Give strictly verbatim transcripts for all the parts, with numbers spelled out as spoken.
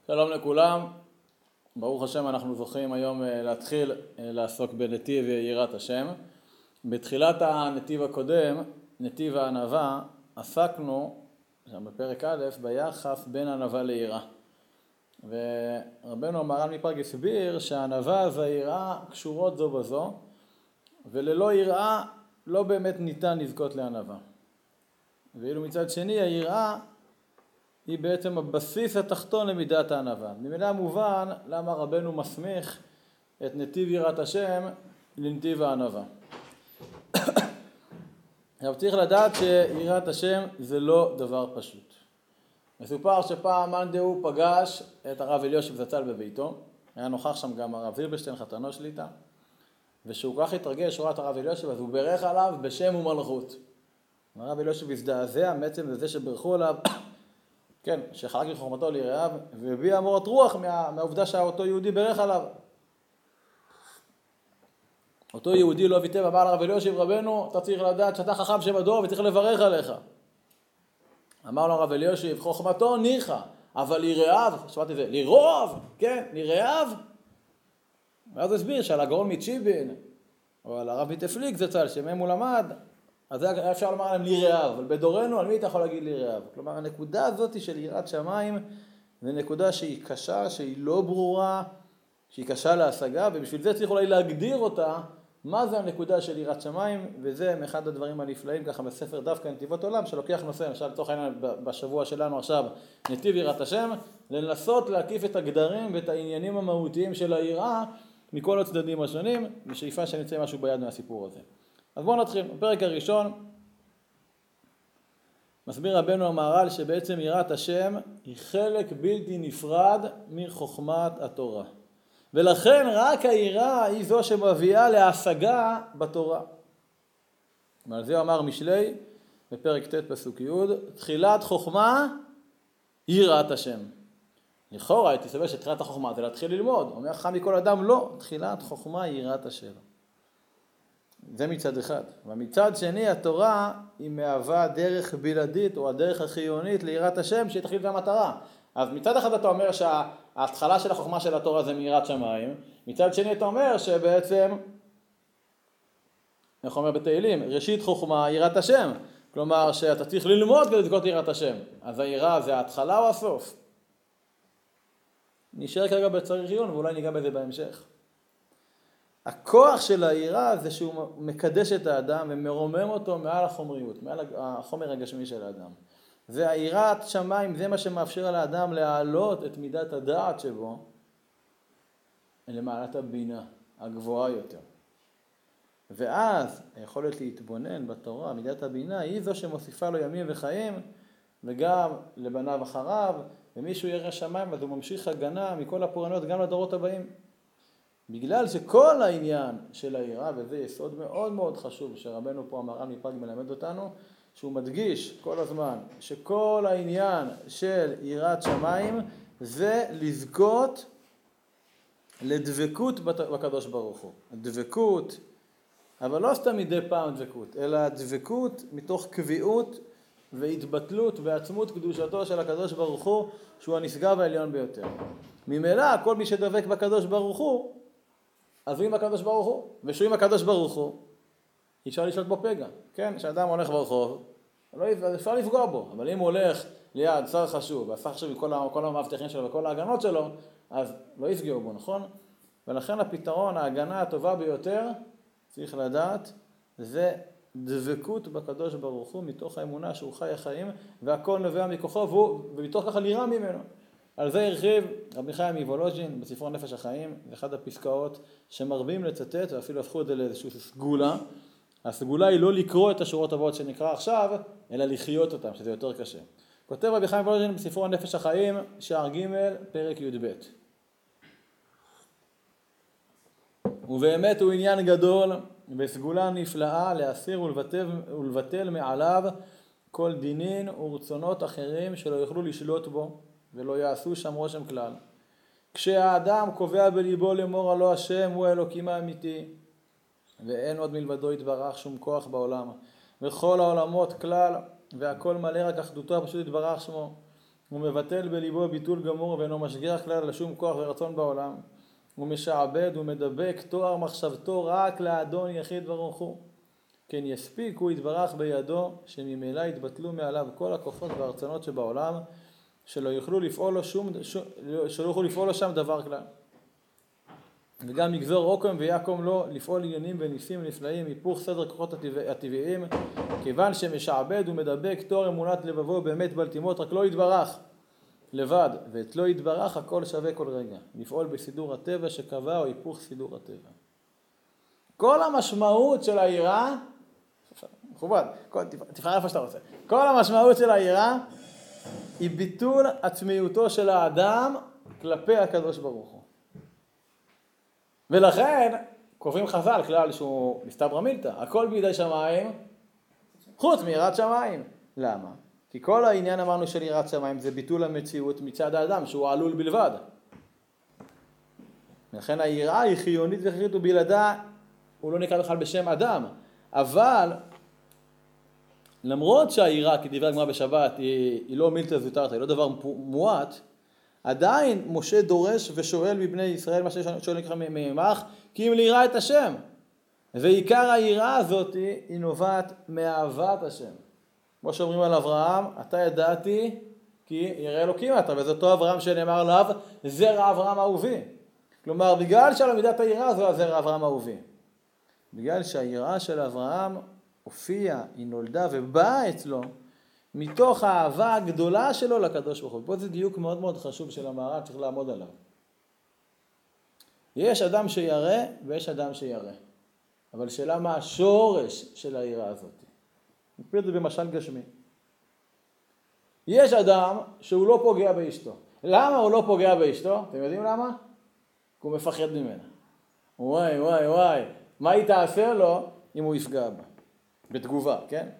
שלום לכולם, ברוך השם אנחנו זוכים היום להתחיל לעסוק בנתיב יראת השם. בתחילת הנתיב הקודם, נתיב הענווה, עסקנו שם בפרק א' ביחס בין ענווה ליראה. ורבנו מרן מפראג הסביר שהענווה והיראה קשורות זו בזו, וללא יראה לא באמת ניתן לזכות לענווה. ואילו מצד שני היראה היא בעצם הבסיס התחתון למידת הענווה. במידה מובן למה רבנו מסמיך את נתיב יראת השם לנתיב הענווה. עכשיו צריך לדעת שיראת השם זה לא דבר פשוט. מסופר שפעם מאן דהוא פגש את הרב אלישיב זצ"ל בביתו, היה נוכח שם גם הרב זילברשטיין חתנו שליטה, ושהוא כך התרגש רואה את הרב אלישיב, אז הוא ברך עליו בשם ומלכות. הרב אלישיב הזדעזע בעצם לזה שברכו עליו, כן, שחלק מחוכמתו ליראיו, והביע מורת רוח מה, מהעובדה שאותו יהודי ברך עליו. אותו יהודי לא ויתר, אמר לרב אלישיב, רבנו, אתה צריך לדעת שאתה חכם שבדור וצריך לברך עליך. אמר לו הרב אלישיב, חוכמתו ניחא, אבל ליראיו, שמעתי את זה, לירוב, כן, ליראיו. ואז הסביר שעל הגאון מצ'יבין, או על הרב מתפליג זצ"ל, שמהם הוא למד, אז היה אפשר לומר עליהם ליראיו, אבל בדורנו על מי אתה יכול להגיד ליראיו? כלומר, הנקודה הזאת של יראת שמיים, זה נקודה שהיא קשה, שהיא לא ברורה, שהיא קשה להשגה, ובשביל זה צריך אולי להגדיר אותה, מה זה הנקודה של יראת שמיים, וזה מאחד הדברים הנפלאים ככה בספר דווקא נתיבות עולם, שלוקח נושא, למשל לצורך העניין בשבוע שלנו עכשיו, נתיב יראת השם, לנסות להקיף את הגדרים ואת העניינים המהותיים של היראה, מכל הצדדים השונים, בשאיפה שנצא משהו ביד מהסיפור הזה. אז בואו נתחיל. בפרק הראשון מסביר רבנו המהר"ל שבעצם יראת השם היא חלק בלתי נפרד מחוכמת התורה. ולכן רק היראה היא זו שמביאה להשגה בתורה. ועל זה אמר משלי בפרק ט' פסוק י', תחילת חוכמה יראת השם. לכאורה הייתי סובר שתחילת החוכמה זה להתחיל ללמוד. אומר חכם מכל אדם לא, תחילת חוכמה יראת השם. זה מצד אחד. ומצד שני התורה היא מהווה דרך בלעדית או הדרך החיונית ליראת השם שהיא תכלית והמטרה. אז מצד אחד אתה אומר שההתחלה של החוכמה של התורה זה מיראת שמיים, מצד שני אתה אומר שבעצם, איך אומר בתהילים, ראשית חוכמה יראת השם. כלומר שאתה צריך ללמוד כדי לזכות יראת השם. אז היראה זה ההתחלה או הסוף? נשאר כרגע בצריך עיון ואולי ניגע בזה בהמשך. הכוח של היראה זה שהוא מקדש את האדם ומרומם אותו מעל החומריות, מעל החומר הגשמי של האדם. והיראת שמיים זה מה שמאפשר לאדם להעלות את מידת הדעת שבו למעלת הבינה הגבוהה יותר. ואז היכולת להתבונן בתורה, מידת הבינה, היא זו שמוסיפה לו ימים וחיים, וגם לבניו אחריו, ומישהו ירא שמיים אז הוא ממשיך הגנה מכל הפורענויות גם לדורות הבאים. בגלל שכל העניין של היראה, וזה יסוד מאוד מאוד חשוב שרבנו פה המהר"ל מפראג מלמד אותנו, שהוא מדגיש כל הזמן שכל העניין של יראת שמיים זה לזכות לדבקות בקדוש ברוך הוא. דבקות, אבל לא סתם מדי פעם דבקות, אלא דבקות מתוך קביעות והתבטלות ועצמות קדושתו של הקדוש ברוך הוא, שהוא הנשגב העליון ביותר. ממילא כל מי שדבק בקדוש ברוך הוא, אז הוא עם הקדוש ברוך הוא, ושהוא עם הקדוש ברוך הוא, אפשר לשלוט בו פגע. כן, כשאדם הולך ברחוב, אפשר לפגוע בו, אבל אם הוא הולך ליד שר חשוב, והשר חשוב מכל כל המאבטחים שלו וכל ההגנות שלו, אז לא יפגעו בו, נכון? ולכן הפתרון, ההגנה הטובה ביותר, צריך לדעת, זה דבקות בקדוש ברוך הוא, מתוך האמונה שהוא חי החיים, והכל נובע מכוחו, והוא, ומתוך ככה לירה ממנו. על זה הרחיב רבי חיים מוולוז'ין בספרו נפש החיים, זה אחד הפסקאות שמרבים לצטט ואפילו הפכו את זה לאיזושהי סגולה. הסגולה היא לא לקרוא את השורות הבאות שנקרא עכשיו, אלא לחיות אותם, שזה יותר קשה. כותב רבי חיים מוולוז'ין בספרו נפש החיים, שער ג' פרק י' ב'. ובאמת הוא עניין גדול בסגולה נפלאה להסיר ולבטל, ולבטל מעליו כל דינין ורצונות אחרים שלא יוכלו לשלוט בו, ולא יעשו שם רושם כלל. כשהאדם קובע בליבו לאמור הלא השם הוא האלוקים האמיתי, ואין עוד מלבדו יתברך שום כוח בעולם, וכל העולמות כלל, והכל מלא רק אחדותו הפשוט יתברך שמו, הוא מבטל בליבו ביטול גמור ואינו משגיח כלל לשום כוח ורצון בעולם. הוא משעבד ומדבק תואר מחשבתו רק לאדון יחיד ברוך הוא. כן יספיק הוא יתברך בידו שממילא יתבטלו מעליו כל הכוחות והרצונות שבעולם שלא יוכלו לפעול לו שום, שום שלא יוכלו לפעול לו שם דבר כלל. וגם יגזור רוקם ויקום לו לפעול עניינים וניסים נפלאים היפוך סדר כוחות הטבע, הטבעיים כיוון שמשעבד ומדבק תואר אמונת לבבו באמת בלטימות רק לא יתברך לבד ואת לא יתברך הכל שווה כל רגע לפעול בסידור הטבע שקבע או היפוך סידור הטבע. כל המשמעות של היראה מכובד, תבחר איפה שאתה רוצה, כל המשמעות של היראה היא ביטול עצמיותו של האדם כלפי הקדוש ברוך הוא. ולכן קובעים חז"ל כלל שהוא מסתברא מילתא, הכל בידי שמיים חוץ מיראת שמיים. למה? כי כל העניין אמרנו של יראת שמיים זה ביטול המציאות מצד האדם שהוא עלול בלבד. לכן היראה היא חיונית והכרחית ובלעדה הוא לא נקרא בכלל בשם אדם. אבל למרות שהיראה כדברי הגמרא בשבת היא, היא לא מילתא זוטרתא, היא לא דבר מועט, עדיין משה דורש ושואל מבני ישראל מה ששואל נקרא ממך, כי אם ליראה את השם. ועיקר היראה הזאת היא נובעת מאהבת השם. כמו שאומרים על אברהם, אתה ידעתי כי ירא אלוקים אתה, וזה אותו אברהם שנאמר עליו, זרע אברהם אהובי. כלומר, בגלל שעל מידת היראה זו הזרע אברהם אהובי. בגלל שהיראה של אברהם הופיעה, היא נולדה ובאה אצלו, מתוך האהבה הגדולה שלו לקדוש ברוך הוא. פה זה דיוק מאוד מאוד חשוב של המהר"ל, צריך לעמוד עליו. יש אדם שירא ויש אדם שירא. אבל שאלה מה השורש של היראה הזאת? נקפיר את זה במשל גשמי. יש אדם שהוא לא פוגע באשתו. למה הוא לא פוגע באשתו? אתם יודעים למה? כי הוא מפחד ממנה. וואי וואי וואי, מה היא תעשה לו אם הוא יפגע בה? בתגובה, כן?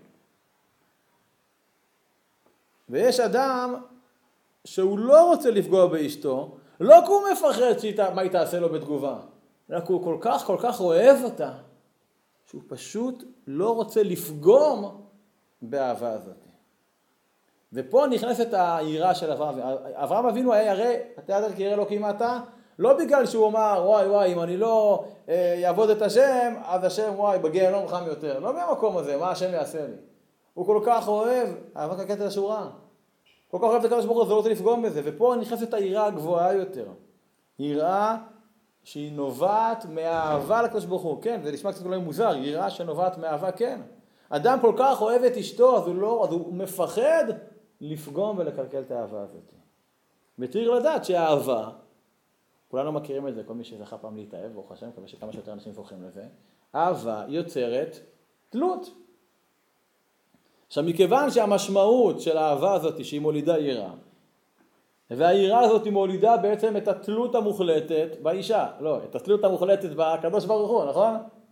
ויש אדם שהוא לא רוצה לפגוע באשתו, לא כי הוא מפחד שאיתה, מה היא תעשה לו בתגובה, אלא כי הוא כל כך כל כך אוהב אותה, שהוא פשוט לא רוצה לפגום באהבה הזאת. ופה נכנסת היראה של אברהם. אברהם אבינו היה ירא, אתה ידעת כי ירא אלוקים אתה, לא בגלל שהוא אמר וואי וואי אם אני לא אה, יעבוד את השם, אז השם וואי בגיהנום חם יותר. לא מהמקום הזה, מה השם יעשה לי? הוא כל כך אוהב, אהבה כקטע השורה. כל כך אוהב את הקדוש ברוך הוא, זה לא רוצה לפגום בזה. ופה נכנסת היראה הגבוהה יותר. יראה שהיא נובעת מהאהבה לקדוש ברוך הוא. כן, זה נשמע קצת אולי מוזר, יראה שנובעת מהאהבה, כן. אדם כל כך אוהב את אשתו, אז הוא, לא, אז הוא מפחד לפגום ולקלקל את האהבה הזאת. וצריך לדעת שהאהבה, כולנו מכירים את זה, כל מי שזכה פעם להתאהב, ברוך השם, מקווה שכמה שיותר אנשים זוכים לזה, אהבה יוצרת תלות. עכשיו, מכיוון שהמשמעות של האהבה הזאת שהיא מולידה יראה, והיראה הזאת היא מולידה בעצם את התלות המוחלטת באישה, לא, את התלות המוחלטת בקדוש ברוך הוא, נכון?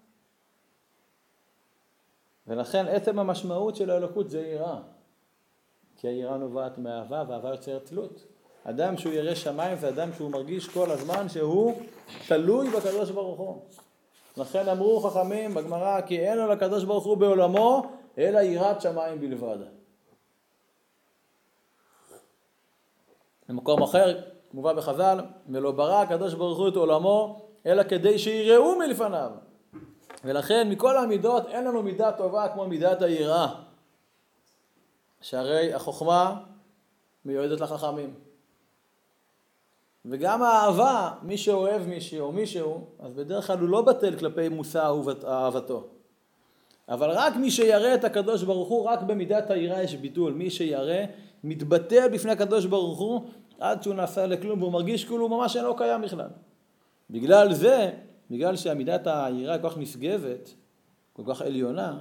ולכן עצם המשמעות של האלוקות זה יראה. כי היראה נובעת מאהבה, והאהבה יוצרת תלות. אדם שהוא ירא שמיים זה אדם שהוא מרגיש כל הזמן שהוא תלוי בקדוש ברוך הוא. לכן אמרו חכמים בגמרא כי אין לו לקדוש ברוך הוא בעולמו אלא יראת שמיים בלבד. במקום אחר מובא בחז"ל, ולא ברא הקדוש ברוך הוא את עולמו אלא כדי שיראו מלפניו. ולכן מכל המידות אין לנו מידה טובה כמו מידת היראה. שהרי החוכמה מיועדת לחכמים. וגם האהבה, מי שאוהב מישהו או מישהו, אז בדרך כלל הוא לא בטל כלפי מושא אהבתו. אבל רק מי שירא את הקדוש ברוך הוא, רק במידת היראה יש ביטול. מי שירא מתבטל בפני הקדוש ברוך הוא עד שהוא נעשה לכלום, והוא מרגיש כאילו ממש אינו קיים בכלל. בגלל זה, בגלל שהמידת היראה כל כך נשגבת, כל כך עליונה,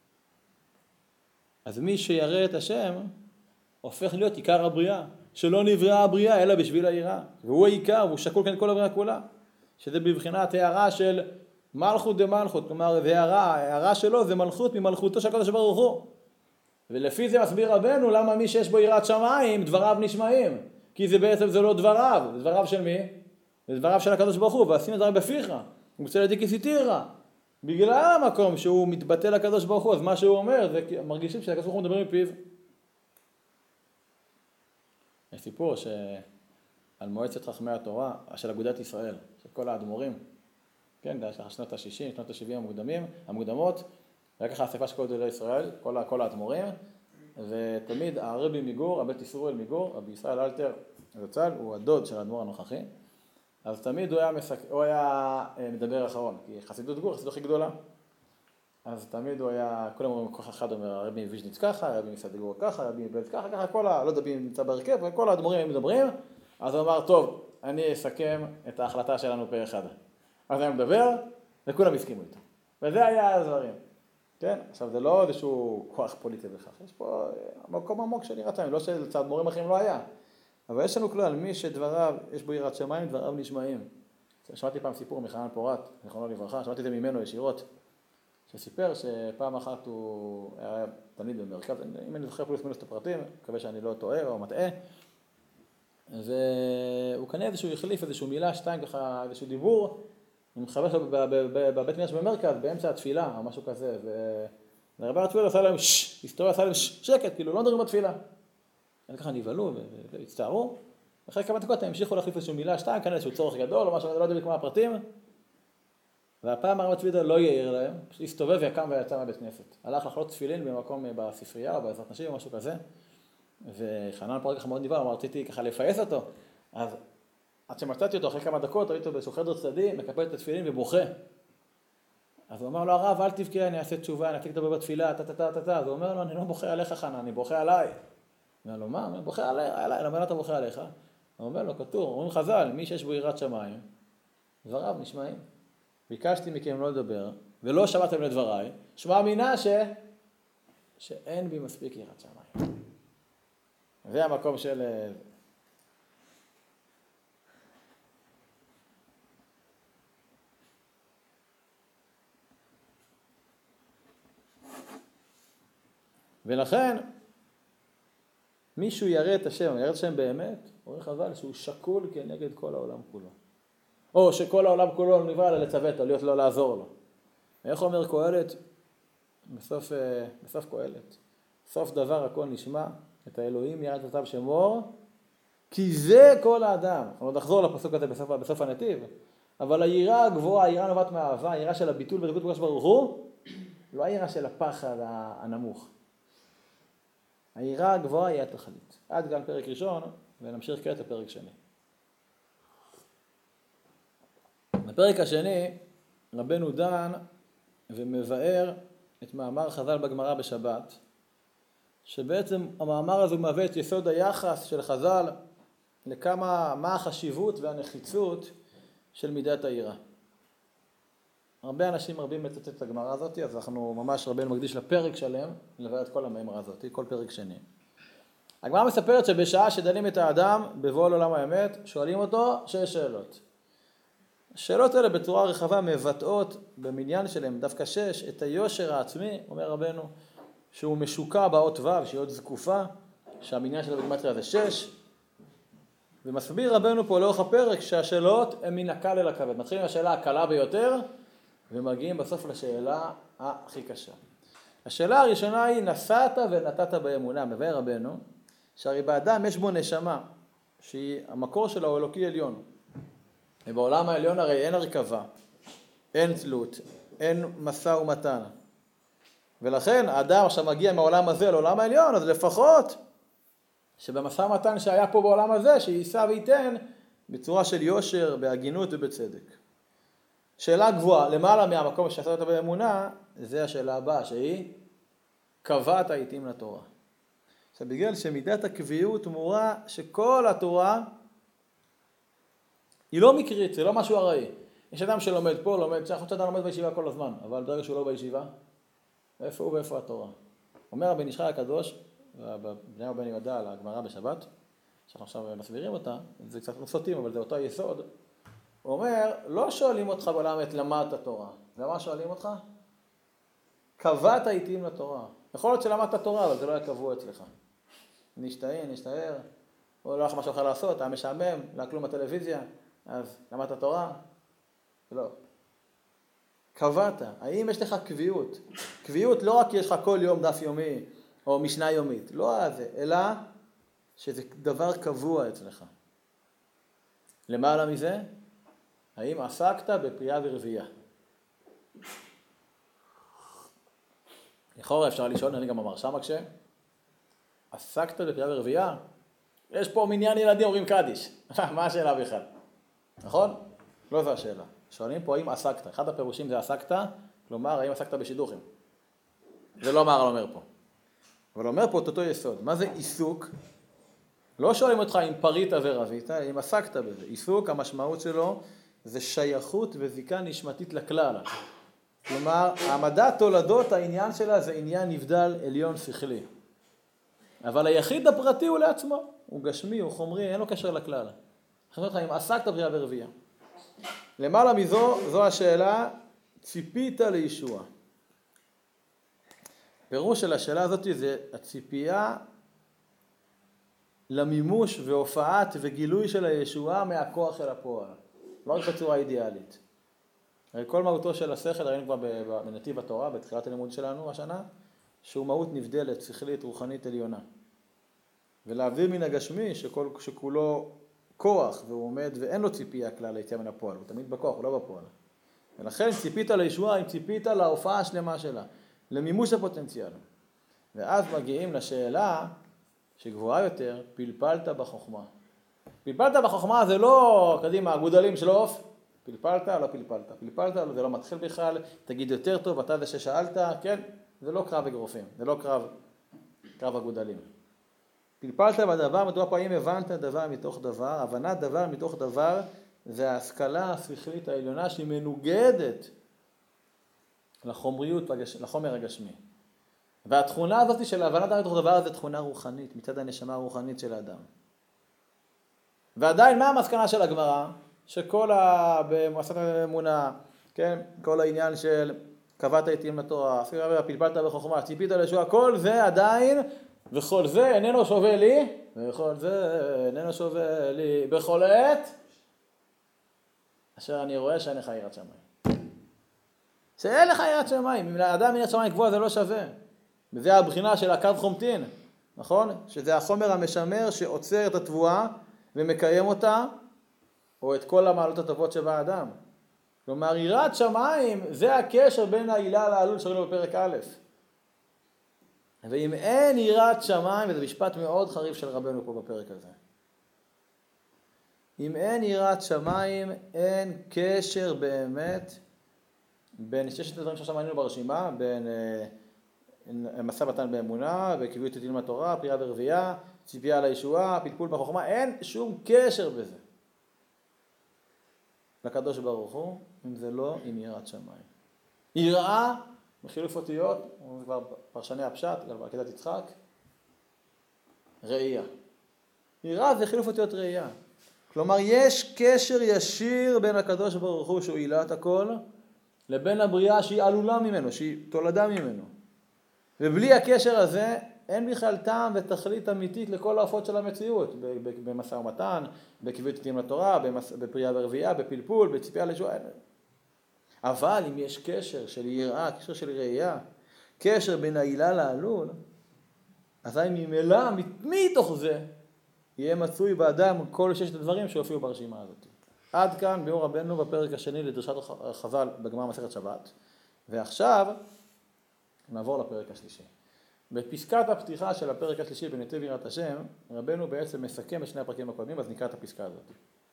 אז מי שירא את השם הופך להיות עיקר הבריאה, שלא נבראה הבריאה אלא בשביל היראה. והוא העיקר, והוא שקול כאן כל הבריאה כולה. שזה בבחינת הערה של מלכות דמלכות, כלומר זה הערה, הערה שלו זה מלכות ממלכותו של הקדוש ברוך הוא. ולפי זה מסביר רבנו למה מי שיש בו יראת שמיים דבריו נשמעים. כי זה בעצם זה לא דבריו, זה דבריו של מי? זה דבריו של הקדוש ברוך הוא, ועשים את דבריו בפיך. הוא רוצה להדיק כסיתירא. בגלל המקום שהוא מתבטא לקדוש ברוך הוא, אז מה שהוא אומר, זה מרגישים שהקדוש ברוך הוא מדבר מפיו. יש סיפור שעל מועצת חכמי התורה של אגודת ישראל, של כל האדמו"רים, כן, זה היה שנות ה-שישים, שנות ה-שבעים המוקדמים, המוקדמות, היה ככה אספה של כל גדולי ישראל, כל, כל האדמו"רים, ותמיד הרבי מגור, הבית ישראל מגור, רבי ישראל אלתר זצ"ל, הוא הדוד של האדמו"ר הנוכחי, אז תמיד הוא היה, מסק... הוא היה מדבר אחרון, כי חסידות גור, חסידות הכי גדולה. אז תמיד הוא היה, כולם אומרים, כל אחד אומר, הרבי מוויז'ניץ ככה, הרבי מסדיגור ככה, הרבי מבלט ככה, ככה, כל ה... לא יודע מי נמצא בהרכב, וכל האדמו"רים הם מדברים, אז הוא אמר, טוב, אני אסכם את ההחלטה שלנו פה אחד. אז אני מדבר, וכולם הסכימו איתו. וזה היה הדברים. כן? עכשיו, זה לא איזשהו כוח פוליטי בכך, יש פה מקום עמוק של יראת שמיים, לא שלצד מורים אחרים לא היה. אבל יש לנו כלל, מי שדבריו, יש בו יראת שמיים, דבריו נשמעים. שמעתי פעם סיפור מחנן פורת, זיכרונו לברכה, שמעתי את זה ממנו ישירות, שסיפר שפעם אחת הוא היה תלמיד במרכז, אם אני זוכר פלוס מינוס את הפרטים, מקווה שאני לא טועה או מטעה, והוא כנראה איזשהו החליף איזשהו מילה, שתיים ככה, איזשהו דיבור, עם חבר שלו בבית מדרש במרכז, באמצע התפילה או משהו כזה, ורבי התפילה עשה להם ששש, היסטוריה עשה להם שקט, כאילו לא מדברים בתפילה. אז ככה נבהלו והצטערו, ואחרי כמה דקות הם המשיכו להחליף איזשהו מילה, שתיים, כנראה איזשהו צורך גדול או משהו, אני לא יודע בכמה הפרטים, והפעם הרב צבי יהודה לא יעיר להם, פשוט הסתובב ויקם ויצא מהבית כנסת. הלך לחלות תפילין במקום בספרייה או בעזרת נשים או משהו כזה, וחנן פורת ככה מאוד נבהל, אמר, רציתי ככה לפייס אותו, אז עד שמצאתי אותו אחרי כמה דקות, ראיתי אותו באיזשהו חדר צדדי, מקפל את התפילין ובוכה. אז הוא אמר לו, הרב, אל תבכה, אני אעשה תשובה, אני אתחיל לדבר בתפילה, טה-טה-טה-טה. אז הוא אומר לו, אני לא בוכה עליך, חנן, אני בוכה עליי. הוא אומר לו, מה? אני בוכה עליי, למה אתה בוכה עליך? הוא אומר לו, כתוב, אומרים חז"ל, מי שיש בו יראת שמיים, דבריו נשמעים. ביקשתי מכם לא לדבר, ולא שמעתם לדבריי, שמע מינה ש... שאין בי מספיק יראת שמיים. זה המקום של... ולכן, מישהו ירא את השם, ירא את השם באמת, אומר חז"ל שהוא שקול כנגד כל העולם כולו. או שכל העולם כולו נברא לה לצוות, להיות לו לעזור לו. איך אומר קהלת? בסוף, בסוף קהלת. סוף דבר הכל נשמע, את האלוהים יראת אותיו שמור, כי זה כל האדם. אנחנו עוד נחזור לפסוק הזה בסוף, בסוף הנתיב, אבל היראה הגבוהה, היראה נובעת מהאהבה, היראה של הביטול ודבקות בקדוש ברוך הוא, לא היראה של הפחד הנמוך. היראה הגבוהה היא התכלית. עד כאן פרק ראשון, ונמשיך כעת לפרק שני. בפרק השני, רבנו דן ומבאר את מאמר חז"ל בגמרא בשבת, שבעצם המאמר הזה מהווה את יסוד היחס של חז"ל לכמה, מה החשיבות והנחיצות של מידת היראה. הרבה אנשים רבים לצטט את הגמרא הזאת, אז אנחנו ממש רבנו מקדיש לפרק שלם, לבאר את כל המאמר הזאת, כל פרק שני. הגמרא מספרת שבשעה שדנים את האדם בבוא לעולם האמת, שואלים אותו שש שאלות. השאלות האלה בצורה רחבה מבטאות במניין שלהם, דווקא שש, את היושר העצמי, אומר רבנו, שהוא משוקע באות ו', שהיא עוד זקופה, שהמניין שלו בגימטריה זה שש, ומסביר רבנו פה לאורך הפרק שהשאלות הן מן הקל אל הכבד. מתחילים עם השאלה הקלה ביותר, ומגיעים בסוף לשאלה הכי קשה. השאלה הראשונה היא, נסעת ונתת באמונה, מבאר רבנו, שהרי באדם יש בו נשמה, שהיא המקור שלה הוא אלוקי עליון. ובעולם העליון הרי אין הרכבה, אין תלות, אין משא ומתן. ולכן האדם עכשיו מגיע מהעולם הזה לעולם העליון, אז לפחות שבמשא ומתן שהיה פה בעולם הזה, שיישא וייתן בצורה של יושר, בהגינות ובצדק. שאלה גבוהה, למעלה מהמקום שעשת אותה באמונה, זה השאלה הבאה, שהיא קבעת העיתים לתורה. עכשיו, בגלל שמידת הקביעות מורה שכל התורה היא לא מקרית, זה לא משהו הראי. יש אדם שלומד פה, לומד, שאנחנו שאדם לומד בישיבה כל הזמן, אבל ברגע שהוא לא בישיבה, איפה הוא ואיפה התורה? אומר הבן איש חי הקדוש, בני רבן יהודה על הגמרא בשבת, שאנחנו עכשיו מסבירים אותה, זה קצת נוסטים, אבל זה אותו יסוד. הוא אומר, לא שואלים אותך בעולם את למדת התורה. למה שואלים אותך? קבעת עיתים לתורה. יכול להיות שלמדת התורה, אבל זה לא היה קבוע אצלך. נשתהה, נשתהר, או לא לך משהו אחר לעשות, היה משעמם, לא כלום בטלוויזיה, אז למדת התורה? לא. קבעת. האם יש לך קביעות? קביעות לא רק יש לך כל יום דף יומי, או משנה יומית, לא זה, אלא שזה דבר קבוע אצלך. למעלה מזה, האם עסקת בפרייה ורבייה? לכאורה אפשר לשאול, אני גם אמר שמה כש... עסקת בפרייה ורבייה? יש פה מניין ילדים אומרים קדיש. מה השאלה בכלל? נכון? לא זו השאלה. שואלים פה האם עסקת. אחד הפירושים זה עסקת, כלומר האם עסקת בשידוכים. זה לא מה הר"ן אומר פה. אבל אומר פה את אותו יסוד. מה זה עיסוק? לא שואלים אותך אם פרית ורבית, אם עסקת בזה. עיסוק, המשמעות שלו זה שייכות וזיקה נשמתית לכלל. כלומר, העמדת תולדות, העניין שלה זה עניין נבדל עליון שכלי. אבל היחיד הפרטי הוא לעצמו. הוא גשמי, הוא חומרי, אין לו קשר לכלל. חושב אותך אם עסקת בפרייה ורבייה. למעלה מזו, זו השאלה, ציפית לישוע. פירוש של השאלה הזאת זה הציפייה למימוש והופעת וגילוי של הישועה מהכוח של הפועל. לא רק בצורה אידיאלית. הרי כל מהותו של השכל, ראינו כבר בנתיב התורה, בתחילת הלימוד שלנו השנה, שהוא מהות נבדלת, שכלית, רוחנית, עליונה. ולהבדיל מן הגשמי, שכל, שכולו כוח, והוא עומד ואין לו ציפייה כלל ליציאה מן הפועל, הוא תמיד בכוח, הוא לא בפועל. ולכן ציפית לישועה, אם ציפית להופעה השלמה שלה, למימוש הפוטנציאל. ואז מגיעים לשאלה שגבוהה יותר, פלפלת בחוכמה. פלפלת בחוכמה זה לא, קדימה, הגודלים של עוף, פלפלת או לא פלפלת. פלפלת, זה לא מתחיל בכלל, תגיד יותר טוב, אתה זה ששאלת, כן, זה לא קרב אגרופים, זה לא קרב, קרב הגודלים. פלפלת בדבר, מדוע פעמים הבנת דבר מתוך דבר, הבנת דבר מתוך דבר, זה ההשכלה השכלית העליונה שהיא מנוגדת לחומריות, לחומר הגשמי. והתכונה הזאת של הבנת דבר מתוך דבר זה תכונה רוחנית, מצד הנשמה הרוחנית של האדם. ועדיין מה המסקנה של הגמרא? שכל ה... במועצת האמונה, כן? כל העניין של קבעת עתים לתורה, פלפלת בחוכמה, ציפית לישועה, כל זה עדיין, וכל זה איננו שווה לי, וכל זה איננו שווה לי בכל עת, אשר אני רואה שאין לך יראת שמיים. שאין לך יראת שמיים, אם לאדם יראת שמיים גבוה זה לא שווה. וזה הבחינה של הקו חומטין, נכון? שזה החומר המשמר שעוצר את התבואה ומקיים אותה, או את כל המעלות הטובות שבה האדם. כלומר, יראת שמיים זה הקשר בין העילה לעלול שראינו בפרק א'. ואם אין יראת שמיים, וזה משפט מאוד חריף של רבנו פה בפרק הזה. אם אין יראת שמיים, אין קשר באמת בין ששת הדברים שעכשיו מעניינו ברשימה, בין אה, מסע מתן באמונה, בקביעות עתידים לתורה, פרייה ורבייה, ציפייה לישועה, פלפול בחוכמה, אין שום קשר בזה. לקדוש ברוך הוא, אם זה לא עם יראת שמיים. יראה, בחילוף אותיות, הוא כבר פרשני הפשט, גם בעקדת יצחק, ראייה. יראה זה חילוף אותיות ראייה. כלומר, יש קשר ישיר בין הקדוש ברוך הוא, שהוא עילת הכל, לבין הבריאה שהיא עלולה ממנו, שהיא תולדה ממנו. ובלי הקשר הזה, אין בכלל טעם ותכלית אמיתית לכל ההופעות של המציאות, במשא ומתן, בקביעות עתידים לתורה, בפרייה ורבייה, בפלפול, בציפייה לישועה. אבל אם יש קשר של יראה, קשר של ראייה, קשר בין העילה לעלול, אז ממילא, מתוך זה, יהיה מצוי באדם כל ששת הדברים שהופיעו ברשימה הזאת. עד כאן ביאור רבנו בפרק השני לדרשת חז"ל בגמרא מסכת שבת. ועכשיו נעבור לפרק השלישי. בפסקת הפתיחה של הפרק השלישי בנתיב יראת השם, רבנו בעצם מסכם את שני הפרקים הקודמים, אז נקרא את הפסקה הזאת.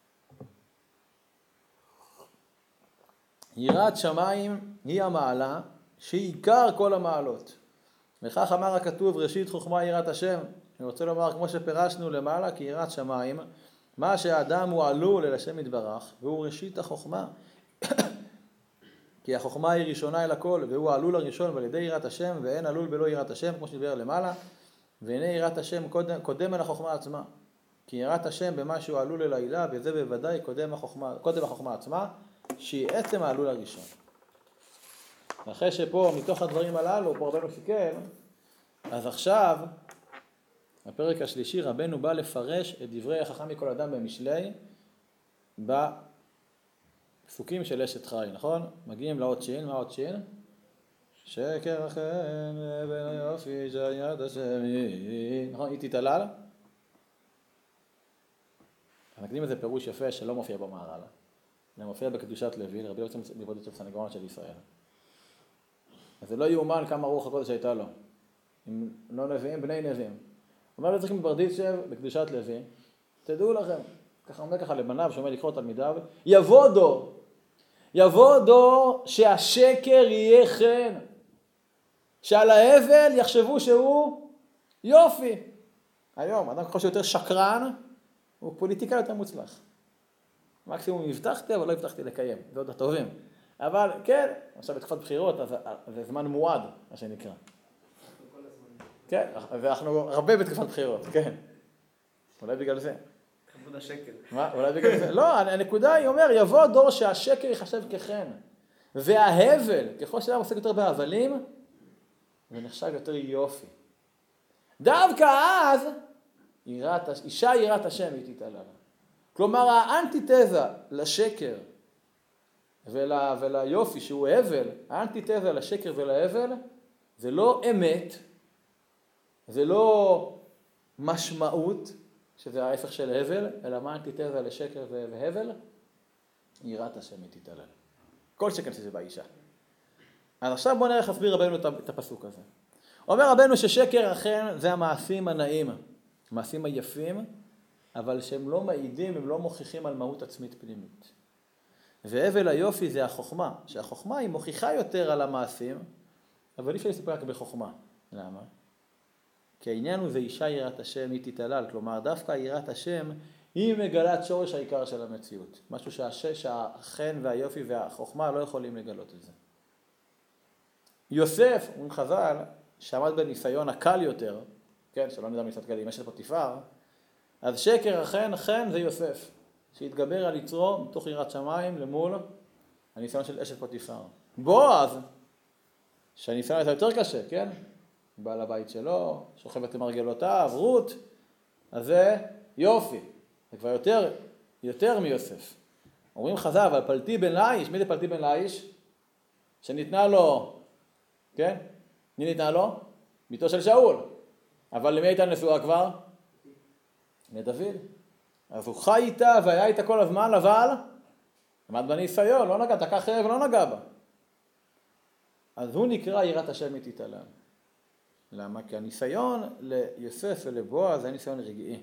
יראת שמיים היא המעלה שהיא עיקר כל המעלות. וכך אמר הכתוב ראשית חוכמה יראת השם. אני רוצה לומר כמו שפרשנו למעלה כי יראת שמיים, מה שהאדם הוא עלול אל השם יתברך והוא ראשית החוכמה. כי החוכמה היא ראשונה אל הכל והוא עלול הראשון ועל ידי יראת השם ואין עלול בלא יראת השם כמו שדיבר למעלה. והנה יראת השם קודם, קודם אל החוכמה עצמה. כי יראת השם במה שהוא עלול אל העילה וזה בוודאי קודם החוכמה, קודם החוכמה עצמה שהיא עצם העלול הראשון. אחרי שפה מתוך הדברים הללו פה רבנו סיכם, אז עכשיו הפרק השלישי רבנו בא לפרש את דברי החכם מכל אדם במשלי בפסוקים של אשת חי, נכון? מגיעים לאות שין, מה אות שין? שקר החן בן היופי שהיד השם היא, נכון? היא תתעלל? אנחנו נקדים איזה פירוש יפה שלא מופיע במהר"ל. זה מופיע בקדושת לוי, רבי יוסף מברדיצ'ב סנגורן של ישראל. אז זה לא יאומן כמה רוח הקודש הייתה לו. אם לא נביאים, בני נביאים. אומר לצריכים מברדיצ'ב בקדושת לוי, תדעו לכם, ככה אומר ככה לבניו, שאומר לקרוא תלמידיו, יבוא דור, יבוא דור שהשקר יהיה חן, שעל ההבל יחשבו שהוא יופי. היום, אדם ככל שיותר שקרן, הוא פוליטיקה יותר מוצלח. מקסימום הבטחתי, אבל לא הבטחתי לקיים, זה עוד הטובים. אבל כן, עכשיו בתקופת בחירות, אז זה זמן מועד, מה שנקרא. כן, ואנחנו הרבה בתקופת בחירות, כן. אולי בגלל זה. כבוד השקר. מה? אולי בגלל זה. לא, הנקודה היא אומר, יבוא דור שהשקר יחשב כחן, וההבל, ככל שאדם עוסק יותר בהבלים, זה נחשב יותר יופי. דווקא אז, יראת, אישה יראת השם היא תתעלה. כלומר, האנטיתזה לשקר ול, וליופי שהוא הבל, האנטיתזה לשקר ולהבל, זה לא אמת, זה לא משמעות, שזה ההפך של הבל, אלא מה האנטיתזה לשקר והבל? יראת השם היא תתעלה. כל שקר שזה באישה. אז עכשיו בואו נראה איך הסביר רבנו את הפסוק הזה. אומר רבנו ששקר אכן זה המעשים הנאים, המעשים היפים, אבל שהם לא מעידים, הם לא מוכיחים על מהות עצמית פנימית. והבל היופי זה החוכמה, שהחוכמה היא מוכיחה יותר על המעשים, אבל אי אפשר להסתפק רק בחוכמה. למה? כי העניין הוא זה אישה יראת השם היא תתעלל, כלומר דווקא יראת השם היא מגלת שורש העיקר של המציאות. משהו שהשש, שהחן והיופי והחוכמה לא יכולים לגלות את זה. יוסף, אומרים חז"ל, שעמד בניסיון הקל יותר, כן, שלא נדע מצד כאלה, עם אשת פוטיפר, אז שקר אכן, חן זה יוסף, שהתגבר על יצרו מתוך יראת שמיים למול הניסיון של אשת פוטיפר. בועז, שהניסיון הייתה יותר קשה, כן? בעל הבית שלו, שוכבת למרגלותיו, רות, אז זה יופי, זה כבר יותר, יותר מיוסף. אומרים חז"ל, אבל פלטי בן לאיש, מי זה פלטי בן לאיש? שניתנה לו, כן? מי ניתנה לו? ביתו של שאול. אבל למי הייתה נשואה כבר? לדוד. אז הוא חי איתה והיה איתה כל הזמן, אבל עמד בניסיון, לא נגע, תקע חרב ולא נגע בה. אז הוא נקרא יראת השם היא תתעלה. למה? כי הניסיון ליוסף ולבועז זה ניסיון רגעי.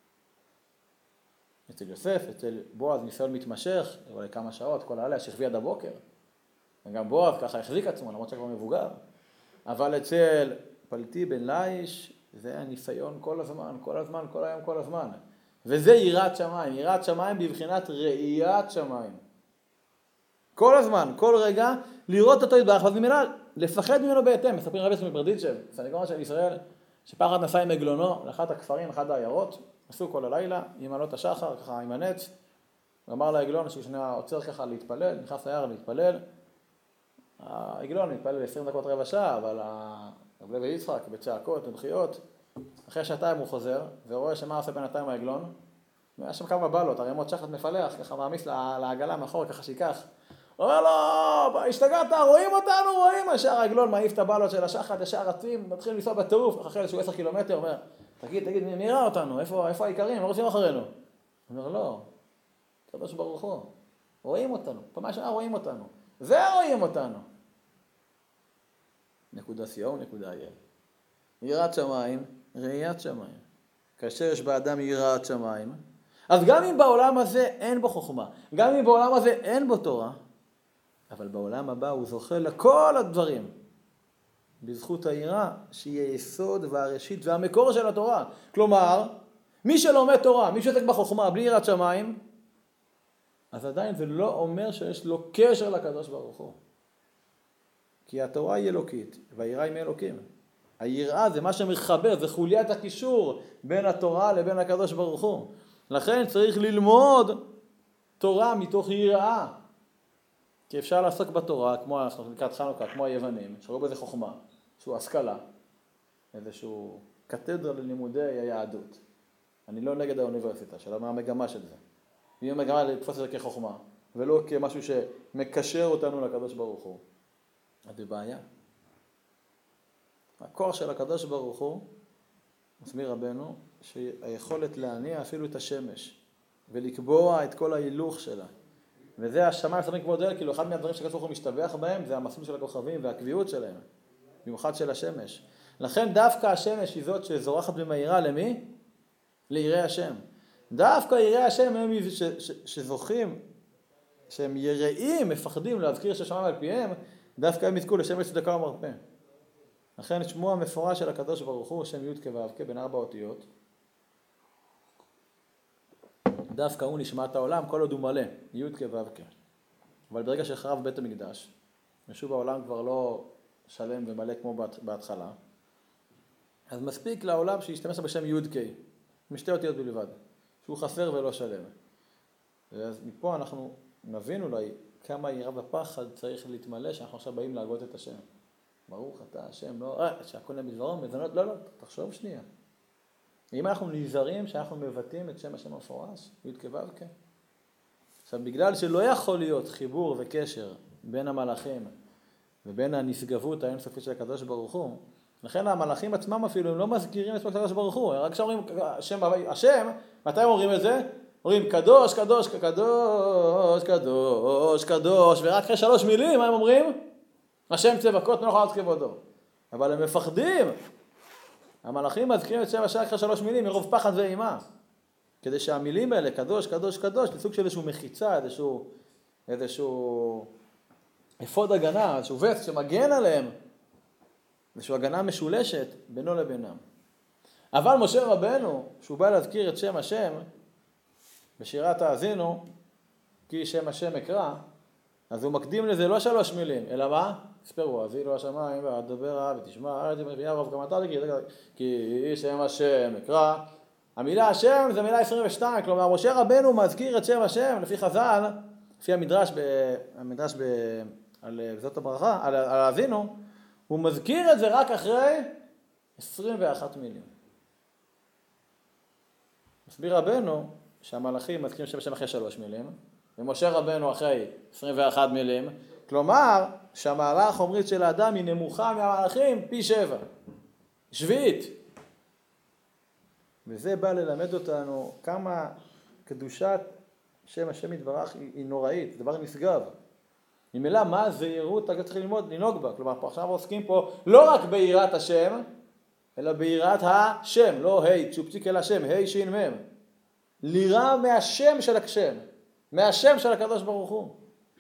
אצל יוסף, אצל בועז ניסיון מתמשך, אבל לכמה שעות, כל העלה שכבי עד הבוקר. וגם בועז ככה החזיק עצמו, למרות שכבר מבוגר. אבל אצל פלטי בן לאיש, זה הניסיון כל הזמן, כל הזמן, כל היום, כל הזמן. וזה יראת שמיים, יראת שמיים בבחינת ראיית שמיים. כל הזמן, כל רגע, לראות אותו יתברך, ואז ממילא לפחד ממנו בהתאם. מספרים רבי יוסף מברדיצ'ב, סנגורן של ישראל, שפחד נסע עם עגלונו לאחד הכפרים, אחד העיירות, עשו כל הלילה, עם עלות השחר, ככה עם הנץ, ואמר לעגלון שהוא שנייה עוצר ככה להתפלל, נכנס ליער להתפלל, העגלון מתפלל עשרים דקות רבע שעה, אבל רבי לוי יצחק בצעקות ובחיות, אחרי שעתיים הוא חוזר, ורואה שמה עושה בינתיים העגלון, והיה שם כמה בלות, הרמות שחת מפלח, ככה מעמיס לעגלה מאחור, ככה שיקח. הוא אומר לו, השתגעת, רואים אותנו, רואים, ישר העגלון מעיף את הבלות של השחת, ישר רצים, מתחילים לנסוע בטירוף, אחרי איזשהו עשר קילומטר, אומר, תגיד, תגיד, מי ראה אותנו? איפה, איפה העיקרים? לא רוצים אחרינו. הוא אומר, לא, קדוש ברוך הוא, רואים אותנו, פעם השנה רואים אותנו, ורואים אותנו. נקודה סיום, נקודה אייל. יראת שמיים, ראיית שמיים. כאשר יש באדם יראת שמיים, אז גם אם בעולם הזה אין בו חוכמה, גם אם בעולם הזה אין בו תורה, אבל בעולם הבא הוא זוכה לכל הדברים, בזכות היראה שהיא היסוד והראשית והמקור של התורה. כלומר, מי שלומד תורה, מי שעוסק בחוכמה בלי יראת שמיים, אז עדיין זה לא אומר שיש לו קשר לקדוש ברוך הוא. כי התורה היא אלוקית, והיראה היא מאלוקים. היראה זה מה שמחבר, זה חוליית הקישור בין התורה לבין הקדוש ברוך הוא. לכן צריך ללמוד תורה מתוך יראה. כי אפשר לעסוק בתורה, כמו לקראת חנוכה, כמו היוונים, שראו בזה חוכמה, שהוא השכלה, איזשהו קתדרה ללימודי היהדות. אני לא נגד האוניברסיטה, שאלה מה המגמה של זה. היא המגמה לתפוס את זה כחוכמה, ולא כמשהו שמקשר אותנו לקדוש ברוך הוא. אז זה בעיה. הכוח של הקדוש ברוך הוא, מסביר רבנו, שהיכולת להניע אפילו את השמש. ולקבוע את כל ההילוך שלה. וזה השמיים שמים כבוד אל, כאילו אחד מהדברים שהקדוש ברוך הוא משתבח בהם, זה המסלול של הכוכבים והקביעות שלהם, במיוחד של השמש. לכן דווקא השמש היא זאת שזורחת ומאירה למי? ליראי השם. דווקא יראי השם הם ש, ש, שזוכים, שהם יראים, מפחדים להזכיר ששמיים על פיהם, דווקא הם יזכו לשמש צדקה ומרפא. לכן שמו המפורש של הקדוש ברוך הוא, שם י' כו' כ' בין ארבע אותיות. דווקא הוא נשמת העולם, כל עוד הוא מלא, י' כו' כ'. אבל ברגע שחרב בית המקדש, ושוב העולם כבר לא שלם ומלא כמו בהתחלה, אז מספיק לעולם שישתמש בשם י' כ', משתי אותיות בלבד, שהוא חסר ולא שלם. אז מפה אנחנו נבין אולי כמה יראה ופחד צריך להתמלא שאנחנו עכשיו באים להגות את השם. ברוך אתה השם, לא, אה, שהכל נבזרו, מזונות, לא, לא, תחשוב שנייה. אם אנחנו נזהרים שאנחנו מבטאים את שם השם המפורש, י' כו' כ'. עכשיו, בגלל שלא יכול להיות חיבור וקשר בין המלאכים ובין הנשגבות האינסופית של הקדוש ברוך הוא, לכן המלאכים עצמם אפילו הם לא מזכירים את הקדוש ברוך הוא, רק כשאומרים השם, השם, מתי אומרים את זה? אומרים קדוש, קדוש, קדוש, קדוש, קדוש, ורק אחרי שלוש מילים, מה הם אומרים? השם צבקות מלוך הארץ כבודו. אבל הם מפחדים. המלאכים מזכירים את שם השם אחרי שלוש מילים מרוב פחד ואימה. כדי שהמילים האלה, קדוש, קדוש, קדוש, לסוג של איזשהו מחיצה, איזשהו, איזשהו אפוד הגנה, איזשהו וסט שמגן עליהם, איזשהו הגנה משולשת בינו לבינם. אבל משה רבנו, שהוא בא להזכיר את שם השם, בשירת האזינו, כי שם השם אקרא, אז הוא מקדים לזה לא שלוש מילים, אלא מה? ספרו, אזילו השמיים, והדברה, ותשמע, הארץ ומביאה רוב גם אתה תגיד, כי שם השם אקרא. המילה השם זה מילה עשרים ושתיים, כלומר, משה רבנו מזכיר את שם השם, לפי חז"ל, לפי המדרש, ב, המדרש ב, על זאת הברכה, על, על האזינו, הוא מזכיר את זה רק אחרי עשרים ואחת מילים. מסביר רבנו שהמלאכים מזכירים שם השם אחרי שלוש מילים, ומשה רבנו אחרי עשרים ואחת מילים, כלומר שהמעלה החומרית של האדם היא נמוכה מהמלאכים פי שבע, שביעית. וזה בא ללמד אותנו כמה קדושת שם השם יתברך היא נוראית, דבר נשגב. ממילא מה זהירות אתה צריך ללמוד, לנהוג בה. כלומר, עכשיו עוסקים פה לא רק ביראת השם, אלא ביראת השם, לא היי, צ'ופצ'יק אל השם, היי שין מם. לירה מהשם של הקשם, מהשם של הקדוש ברוך הוא.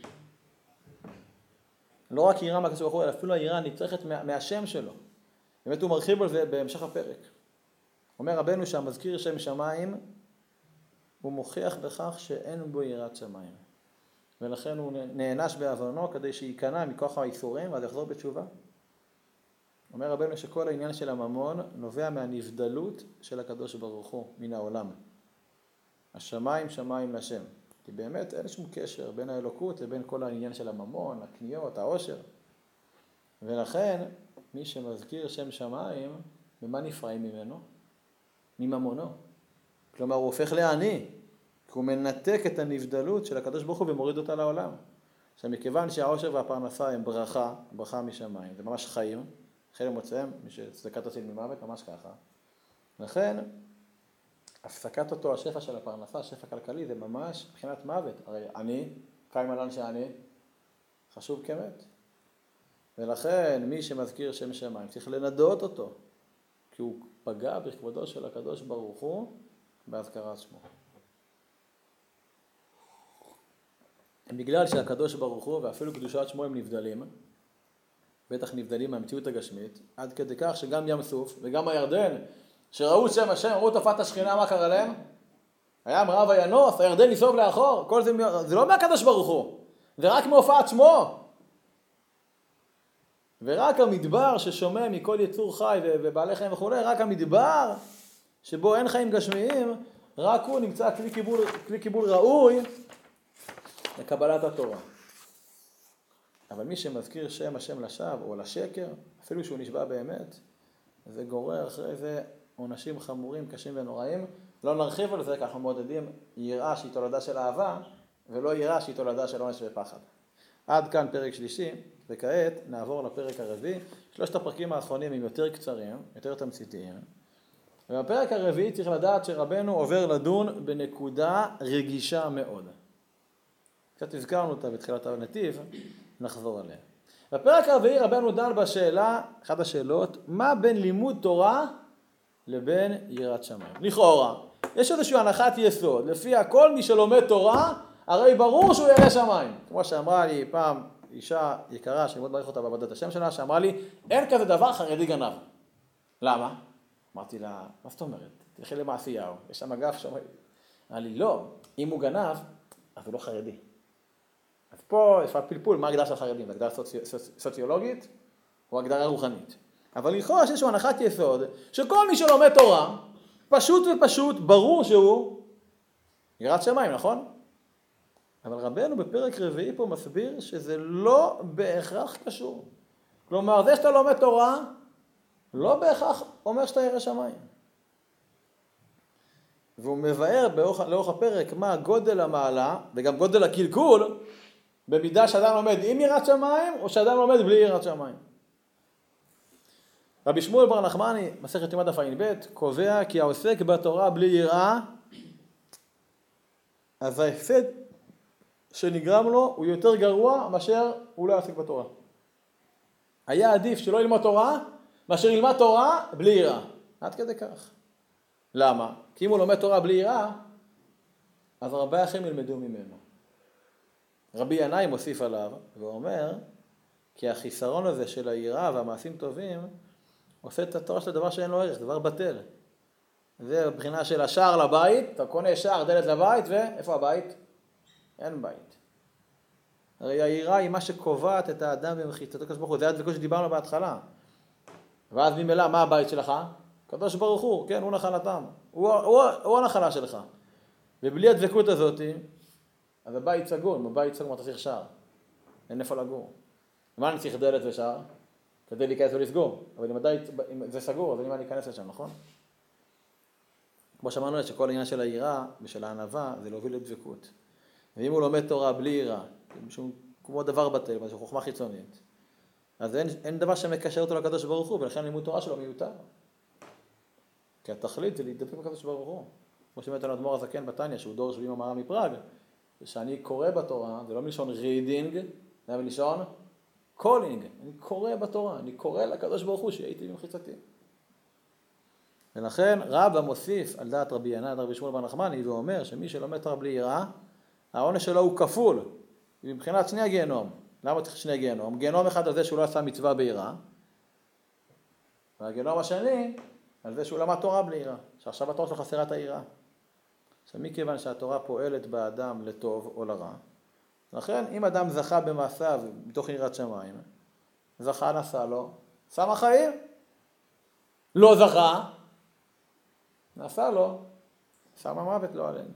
לא רק יראה מהקדוש ברוך הוא, אלא אפילו היראה נצרכת מה, מהשם שלו. באמת הוא מרחיב על זה בהמשך הפרק. אומר רבנו שהמזכיר שם שמיים, הוא מוכיח בכך שאין בו יראת שמיים. ולכן הוא נענש בעוונו כדי שייכנע מכוח האיסורים ואז יחזור בתשובה. אומר רבנו שכל העניין של הממון נובע מהנבדלות של הקדוש ברוך הוא מן העולם. השמיים שמיים לשם. כי באמת אין שום קשר בין האלוקות לבין כל העניין של הממון, הקניות, העושר. ולכן מי שמזכיר שם שמיים, במה נפרעים ממנו? מממונו. כלומר הוא הופך לעני. כי הוא מנתק את הנבדלות של הקדוש ברוך הוא ומוריד אותה לעולם. עכשיו מכיוון שהעושר והפרנסה הם ברכה, ברכה משמיים, זה ממש חיים, חיים מוצאים, מי שצדקת תציל ממוות, ממש ככה. לכן, הפסקת אותו השפע של הפרנסה, השפע כלכלי, זה ממש מבחינת מוות. הרי אני, קיים עלן שאני, חשוב כמת. ולכן מי שמזכיר שם שמיים צריך לנדות אותו, כי הוא פגע בכבודו של הקדוש ברוך הוא בהזכרת שמו. בגלל שהקדוש ברוך הוא ואפילו קדושת שמו הם נבדלים, בטח נבדלים מהמציאות הגשמית, עד כדי כך שגם ים סוף וגם הירדן, שראו שם השם, ראו תופעת השכינה, מה קרה להם? הים רב הינוס, הירדן ניסוב לאחור, כל זה, זה לא מהקדוש ברוך הוא, זה רק מהופעת שמו. ורק המדבר ששומע מכל יצור חי ובעלי חיים וכו', רק המדבר שבו אין חיים גשמיים, רק הוא נמצא כלי קיבול, כלי קיבול ראוי לקבלת התורה. אבל מי שמזכיר שם השם לשווא או לשקר, אפילו שהוא נשבע באמת, זה גורר אחרי זה עונשים חמורים, קשים ונוראים. לא נרחיב על זה, כי אנחנו מעודדים יראה שהיא תולדה של אהבה, ולא יראה שהיא תולדה של עונש ופחד. עד כאן פרק שלישי, וכעת נעבור לפרק הרביעי. שלושת הפרקים האחרונים הם יותר קצרים, יותר תמציתיים, ובפרק הרביעי צריך לדעת שרבנו עובר לדון בנקודה רגישה מאוד. קצת הזכרנו אותה בתחילת הנתיב, נחזור עליה. בפרק הרביעי רבנו דן בשאלה, אחת השאלות, מה בין לימוד תורה לבין יראת שמיים? לכאורה, יש איזושהי הנחת יסוד, לפיה כל מי שלומד תורה, הרי ברור שהוא ירא שמיים. כמו שאמרה לי פעם אישה יקרה, שאני מאוד מעריך אותה בעבודת השם שלה, שאמרה לי, אין כזה דבר חרדי גנב. למה? אמרתי לה, מה זאת אומרת? תלכי למעשיהו, יש שם אגף שם. אמרה לי, לא, אם הוא גנב, אז הוא לא חרדי. אז פה יש פלפול, מה ההגדרה של החרדים? זה הגדרה סוצי... סוציולוגית או הגדרה רוחנית? אבל לכאורה שיש לו הנחת יסוד, שכל מי שלומד תורה, פשוט ופשוט, ברור שהוא יראת שמיים, נכון? אבל רבנו בפרק רביעי פה מסביר שזה לא בהכרח קשור. כלומר, זה שאתה לומד תורה, לא בהכרח אומר שאתה ירא שמיים. והוא מבאר באורך, לאורך הפרק מה גודל המעלה וגם גודל הקלקול, במידה שאדם לומד עם יראת שמיים או שאדם לומד בלי יראת שמיים. רבי שמואל בר נחמני, מסכת יומא דף ע"ב, קובע כי העוסק בתורה בלי יראה, אז ההפסד שנגרם לו הוא יותר גרוע מאשר הוא לא יעסק בתורה. היה עדיף שלא ילמד תורה, מאשר ילמד תורה בלי יראה. עד כדי כך. למה? כי אם הוא לומד תורה בלי יראה, אז הרבה אחרים ילמדו ממנו. רבי ינאי מוסיף עליו, ואומר, כי החיסרון הזה של היראה והמעשים טובים, עושה את התורה של דבר שאין לו ערך, דבר בטל. זה בחינה של השער לבית, אתה קונה שער, דלת לבית, ואיפה הבית? אין בית. הרי היראה היא מה שקובעת את האדם במחיצתו הקדוש ברוך הוא, זה הדבקות שדיברנו בהתחלה. ואז ממילא, מה הבית שלך? הקדוש ברוך הוא, כן, הוא נחלתם. הוא, הוא, הוא הנחלה שלך. ובלי הדבקות הזאת, אז הבית סגור, אם הבית סגור, אתה צריך שער. אין איפה לגור. מה אני צריך דלת ושער? כדי להיכנס ולסגור. אבל אם, הבית, אם זה סגור, אז אני מה להיכנס לשם, נכון? כמו שאמרנו שכל העניין של היראה ושל הענווה, זה להוביל לדבקות. ואם הוא לומד תורה בלי יראה, כמו דבר בטל, משהו חוכמה חיצונית, אז אין, אין דבר שמקשר אותו לקדוש ברוך הוא, ולכן לימוד תורה שלו מיותר. כי התכלית זה להתדבק בקדוש ברוך הוא. כמו שאומרת על אדמו"ר הזקן בתניא, שהוא דור שביעים המהר"ל מפראג, ושאני קורא בתורה, זה לא מלשון רידינג, זה מלשון קולינג. אני קורא בתורה, אני קורא לקדוש ברוך הוא שהייתי במחיצתי. ולכן רבא מוסיף על דעת רבי ינאי, רבי שמואל בר נחמני, ואומר שמי שלומד תורה בלי יראה, העונש שלו הוא כפול, מבחינת שני הגיהנום. למה צריך שני גיהנום? גיהנום אחד על זה שהוא לא עשה מצווה ביראה, והגיהנום השני על זה שהוא למד תורה בלי יראה, שעכשיו התורה שלו חסרה את היראה. עכשיו מכיוון שהתורה פועלת באדם לטוב או לרע, לכן אם אדם זכה במעשיו מתוך יראת שמיים, זכה נשא לו, שם החיים, לא זכה, נעשה לו, שם המוות לא עלינו.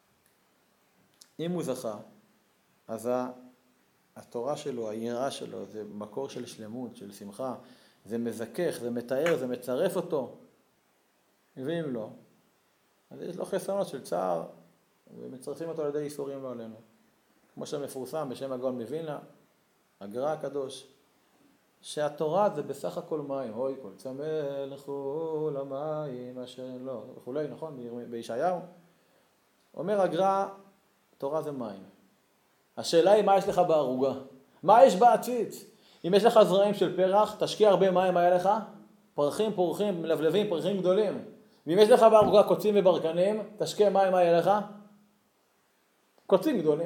אם הוא זכה, אז התורה שלו, היראה שלו, זה מקור של שלמות, של שמחה, זה מזכך, זה מתאר, זה מצרף אותו. ואם לא, אז יש לו חסרונות של צער, ומצרפים אותו על ידי איסורים לא עלינו. כמו שמפורסם בשם הגאון מווילנה, הגר"א הקדוש, שהתורה זה בסך הכל מים, הוי כל צמא לכו למים אשר לא, וכולי, נכון? בישעיהו. אומר הגר"א, תורה זה מים. השאלה היא מה יש לך בערוגה? מה יש בעציץ? אם יש לך זרעים של פרח, תשקיע הרבה מים, מה יהיה לך? פרחים, פורחים, מלבלבים, פרחים גדולים. ואם יש לך בערוגה קוצים וברקנים, תשקיע מים, מה יהיה לך? קוצים גדולים.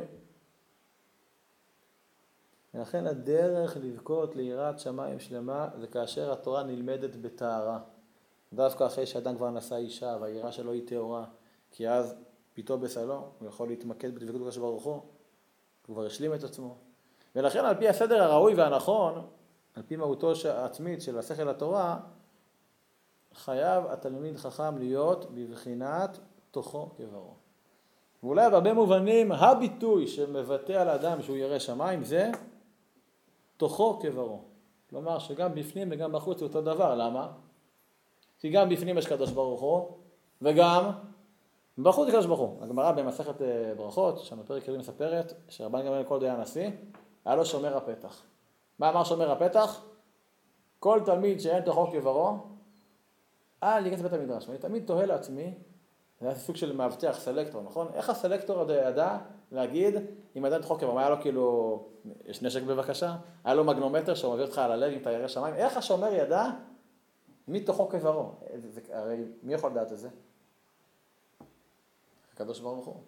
ולכן הדרך לבכות ליראת שמיים שלמה זה כאשר התורה נלמדת בטהרה. דווקא אחרי שאדם כבר נשא אישה והיראה שלו היא טהורה, כי אז ביתו בסלו, הוא יכול להתמקד בדבקות הקדוש ברוך הוא, הוא כבר השלים את עצמו. ולכן על פי הסדר הראוי והנכון, על פי מהותו העצמית של השכל התורה, חייב התלמיד חכם להיות בבחינת תוכו כברו. ואולי בהרבה מובנים הביטוי שמבטא על האדם שהוא ירא שמיים זה תוכו כברו. כלומר שגם בפנים וגם בחוץ זה אותו דבר. למה? כי גם בפנים יש קדוש ברוך הוא וגם בחוץ יש קדוש ברוך הוא. הגמרא במסכת ברכות, שם בפרק כלים מספרת שרבן גמליאל כל דיין נשיא, היה לו שומר הפתח. מה אמר שומר הפתח? כל תלמיד שאין תוכו כברו, אה, להיכנס לבית המדרש. ואני תמיד תוהה לעצמי, זה היה סוג של מאבטח, סלקטור, נכון? איך הסלקטור הזה ידע להגיד, אם אדם תחוק כבם, היה לו כאילו, יש נשק בבקשה? היה לו מגנומטר שהוא מביא אותך על הלב עם תיירי שמיים? איך השומר ידע מי תוכו כברו? הרי מי יכול לדעת את זה? הקדוש ברוך הוא.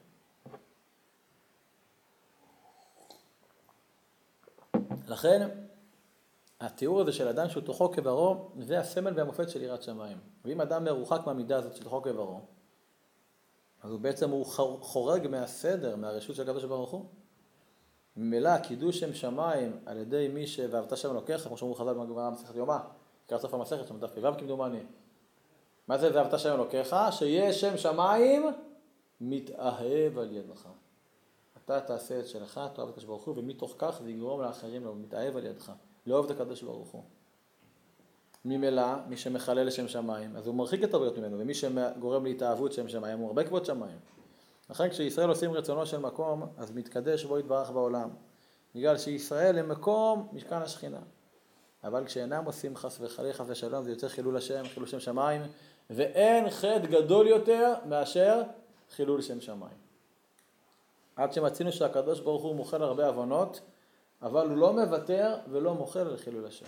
לכן, התיאור הזה של אדם שהוא תוכו כברו, זה הסמל והמופת של יראת שמיים. ואם אדם מרוחק מהמידה הזאת של תוכו כברו, אז הוא בעצם הוא חורג מהסדר, מהרשות של הקדוש ברוך הוא. ממילא, קידוש שם שמיים על ידי מי שאהבת שם אלוקיך, כמו שאומרו חז"ל בגמרא מסכת יומא, לקראת סוף המסכת, שם דף פ"ו כמדומני. מה זה ואהבת שם אלוקיך? שיש שם שמיים מתאהב על ידך. אתה תעשה את שלך, תאהב את הקדוש ברוך הוא, ומתוך כך זה יגרום לאחרים לו, מתאהב על ידך, לאהוב את הקדוש ברוך הוא. ממילא, מי שמחלל לשם שמיים, אז הוא מרחיק את הבריות ממנו, ומי שגורם להתאהבות שם שמיים, הוא הרבה כבוד שמיים. לכן כשישראל עושים רצונו של מקום, אז מתקדש בו יתברך בעולם. בגלל שישראל הם מקום משכן השכינה. אבל כשאינם עושים חס וחלילה חס ושלום, זה יוצא חילול השם, חילול שם שמיים, ואין חטא גדול יותר מאשר חילול שם שמיים. עד שמצינו שהקדוש ברוך הוא מוחל הרבה עוונות, אבל הוא לא מוותר ולא מוחל על חילול השם.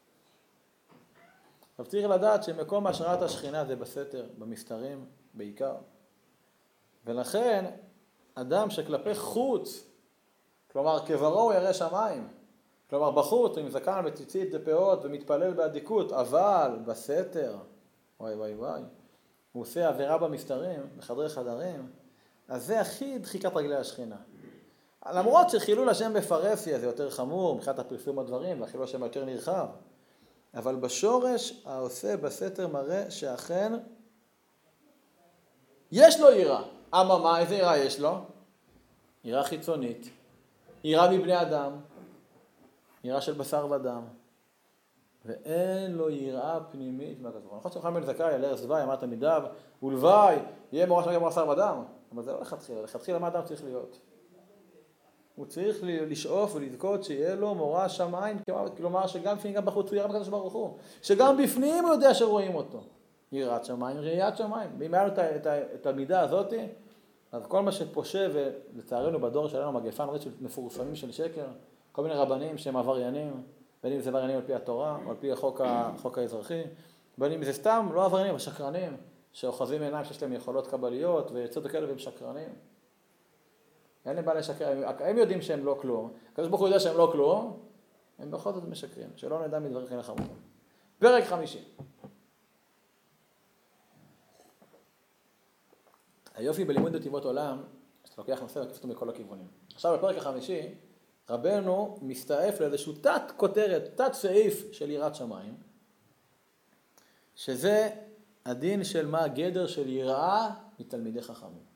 עכשיו צריך לדעת שמקום השראת השכינה זה בסתר, במסתרים, בעיקר. ולכן, אדם שכלפי חוץ, כלומר כברו הוא ירא שמיים, כלומר בחוץ הוא עם זקן וציצית ופאות ומתפלל באדיקות, אבל בסתר, וואי וואי וואי, הוא עושה עבירה במסתרים, בחדרי חדרים, אז זה הכי דחיקת רגלי השכינה. למרות שחילול השם בפרהסיה זה יותר חמור, מבחינת הפרסום הדברים, והחילול השם יותר נרחב. אבל בשורש העושה בסתר מראה שאכן יש לו יראה. אממה, איזה יראה יש לו? יראה חיצונית, יראה מבני אדם, יראה של בשר ודם, ואין לו יראה פנימית מהקדוש ברוך הוא. נכון שחכם בן זכאי על ערש דווי, אמרת מידיו, ולוואי, יהיה מורא שמיים בשר ודם, אבל זה לא לכתחילה, לכתחילה מה אדם צריך להיות? הוא צריך לשאוף ולזכות שיהיה לו מורא שמיים, כלומר שגם בפנים גם בחוץ הוא יראה בקדוש ברוך הוא, שגם בפנים הוא יודע שרואים אותו. יראת שמיים, ראיית שמיים. ואם היה לו את, את, את המידה הזאת, אז כל מה שפושה, ולצערנו בדור שלנו מגפה נורית של מפורסמים של שקר, כל מיני רבנים שהם עבריינים, בין אם זה עבריינים על פי התורה, או על פי החוק, החוק האזרחי, בין אם זה סתם לא עבריינים, אבל שקרנים, שאוחזים עיניים שיש להם יכולות קבליות, ויצאות כאלה והם שקרנים. אין להם בעלי שקר, הם, הם יודעים שהם לא כלום, הקדוש ברוך הוא יודע שהם לא כלום, הם בכל זאת משקרים, שלא נדע מדברים כאלה חמורים. פרק חמישי. היופי בלימוד נתיבות עולם, שאתה לוקח נושא וקיף אותו מכל הכיוונים. עכשיו בפרק החמישי, רבנו מסתעף לאיזשהו תת כותרת, תת סעיף של יראת שמיים, שזה הדין של מה הגדר של יראה מתלמידי חכמים.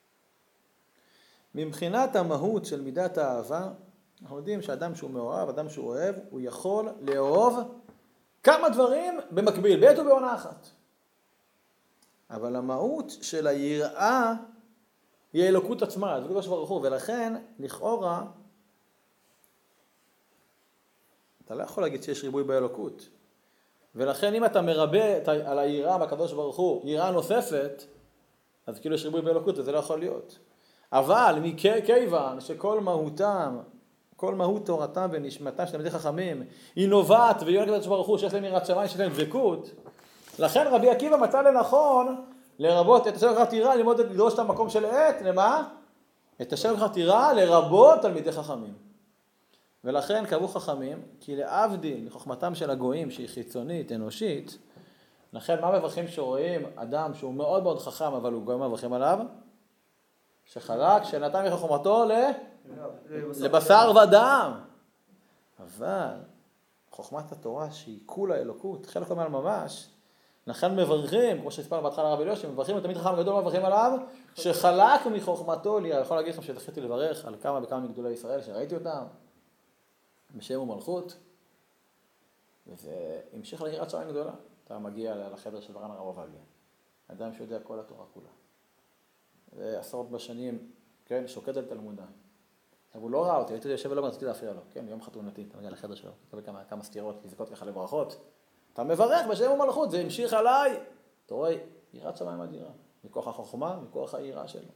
מבחינת המהות של מידת האהבה, אנחנו יודעים שאדם שהוא מאוהב, אדם שהוא אוהב, הוא יכול לאהוב כמה דברים במקביל, בעת ובעונה אחת. אבל המהות של היראה היא האלוקות עצמה, זה קדוש ברוך הוא, ולכן לכאורה אתה לא יכול להגיד שיש ריבוי באלוקות. ולכן אם אתה מרבה על היראה בקדוש ברוך הוא, יראה נוספת, אז כאילו יש ריבוי באלוקות, וזה לא יכול להיות. אבל מכיוון שכל מהותם, כל מהות תורתם ונשמתם של תלמידי חכמים, היא נובעת ויונקת הקדוש ברוך הוא שיש להם יראת שמיים, שיש להם דבקות, לכן רבי עקיבא מצא לנכון לרבות את השם לקחת יראה, ללמוד לדרוש את המקום של עת, למה? את השם לקחת יראה לרבות תלמידי חכמים. ולכן קבעו חכמים, כי להבדיל מחוכמתם של הגויים שהיא חיצונית, אנושית, לכן מה מברכים שרואים אדם שהוא מאוד מאוד חכם, אבל הוא גויים מברכים עליו? שחלק שנתן מחוכמתו ל... לבשר ודם. אבל חוכמת התורה שהיא כולה אלוקות, חלק מהל ממש, לכן מברכים, כמו שהספרנו בהתחלה הרב אליהו, שמברכים את תלמיד חכם גדול, מברכים עליו, שחלק מחוכמתו לי. אני יכול להגיד לכם שזכיתי לברך על כמה וכמה מגדולי ישראל שראיתי אותם, בשם ומלכות, וזה המשיך ליראת שמיים גדולה. אתה מגיע לחדר של מרן הרב עובדיה, אדם שיודע כל התורה כולה. ועשרות בשנים, כן, שוקד על תלמודה. אבל הוא לא ראה אותי, הייתי יושב ולא רציתי להפריע לו. כן, יום חתונתי, אתה מגיע לחדר שלו, אתה כמה, כמה סתירות, לזכות ככה לברכות. אתה מברך בשם ומלכות, זה המשיך עליי. אתה רואה, יראת שמיים אדירה, מכוח החוכמה, מכוח היראה שלו.